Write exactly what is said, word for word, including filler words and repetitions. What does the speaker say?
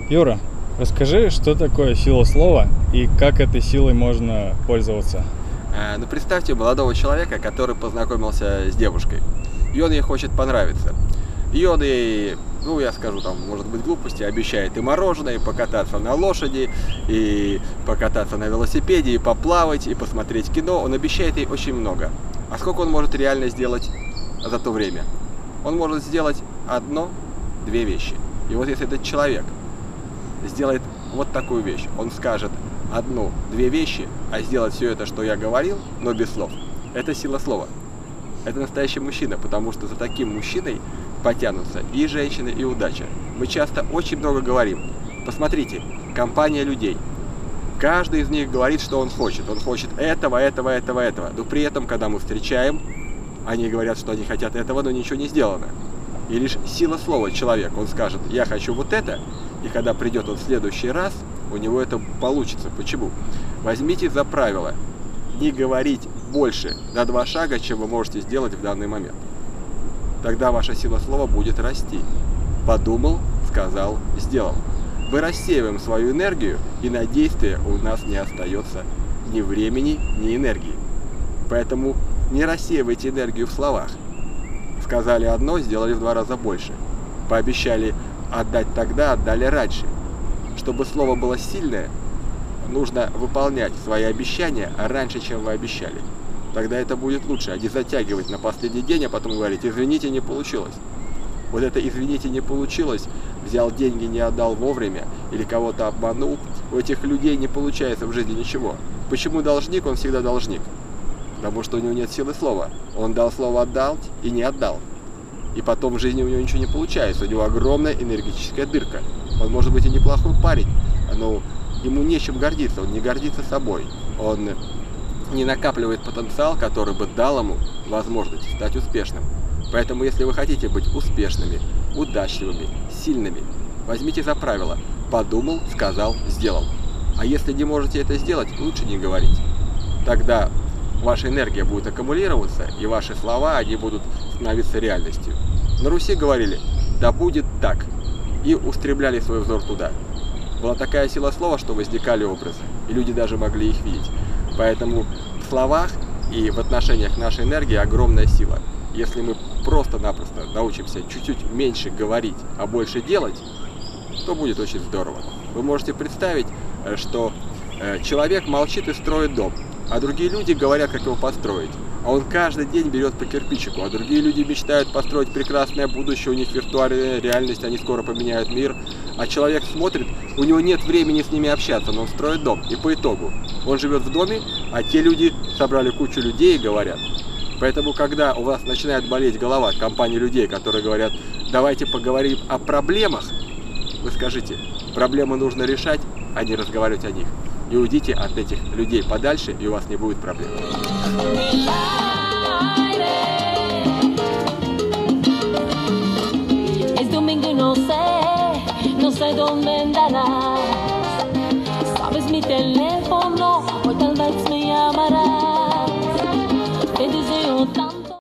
Юра, расскажи, что такое сила слова и как этой силой можно пользоваться? Э, Ну, представьте молодого человека, который познакомился с девушкой, и он ей хочет понравиться. И он ей, ну, я скажу, там, может быть, глупости, обещает и мороженое, и покататься на лошади, и покататься на велосипеде, и поплавать, и посмотреть кино. Он обещает ей очень много. А сколько он может реально сделать за то время? Он может сделать одно-две вещи. И вот если этот человек сделает вот такую вещь, он скажет одну-две вещи, а сделать все это, что я говорил, но без слов, это сила слова. Это настоящий мужчина, потому что за таким мужчиной потянутся и женщины, и удача. Мы часто очень много говорим. Посмотрите, компания людей. Каждый из них говорит, что он хочет. Он хочет этого, этого, этого, этого. Но при этом, когда мы встречаем, они говорят, что они хотят этого, но ничего не сделано. И лишь сила слова человек, он скажет, я хочу вот это, и когда придет он в следующий раз, у него это получится. Почему? Возьмите за правило не говорить больше на два шага, чем вы можете сделать в данный момент. Тогда ваша сила слова будет расти. Подумал, сказал, сделал. Мы рассеиваем свою энергию, и на действие у нас не остается ни времени, ни энергии. Поэтому не рассеивайте энергию в словах. Сказали одно, сделали в два раза больше. Пообещали отдать тогда, отдали раньше. Чтобы слово было сильное, нужно выполнять свои обещания раньше, чем вы обещали. Тогда это будет лучше, а не затягивать на последний день, а потом говорить, извините, не получилось. Вот это извините, не получилось, взял деньги, не отдал вовремя или кого-то обманул, у этих людей не получается в жизни ничего. Почему должник? Он всегда должник. Потому что у него нет силы слова. Он дал слово отдал и не отдал. И потом в жизни у него ничего не получается. У него огромная энергетическая дырка. Он может быть и неплохой парень, но ему нечем гордиться, он не гордится собой. Он не накапливает потенциал, который бы дал ему возможность стать успешным. Поэтому, если вы хотите быть успешными, удачливыми, сильными, возьмите за правило: подумал, сказал, сделал. А если не можете это сделать, лучше не говорить. Тогда ваша энергия будет аккумулироваться, и ваши слова, они будут становиться реальностью. На Руси говорили: да будет так, и устремляли свой взор туда. Была такая сила слова, что возникали образы, и люди даже могли их видеть. Поэтому в словах и в отношениях нашей энергии огромная сила. Если мы просто-напросто научимся чуть-чуть меньше говорить, а больше делать, то будет очень здорово. Вы можете представить, что человек молчит и строит дом, а другие люди говорят, как его построить. А он каждый день берет по кирпичику, а другие люди мечтают построить прекрасное будущее, у них виртуальная реальность, они скоро поменяют мир. А человек смотрит, у него нет времени с ними общаться, но он строит дом. И по итогу он живет в доме, а те люди собрали кучу людей и говорят. Поэтому, когда у вас начинает болеть голова, компания людей, которые говорят, давайте поговорим о проблемах, вы скажите, проблемы нужно решать, а не разговаривать о них. И уйдите от этих людей подальше, и у вас не будет проблем. Es domingo y no sé, no sé dónde andarás. Sabes mi teléfono.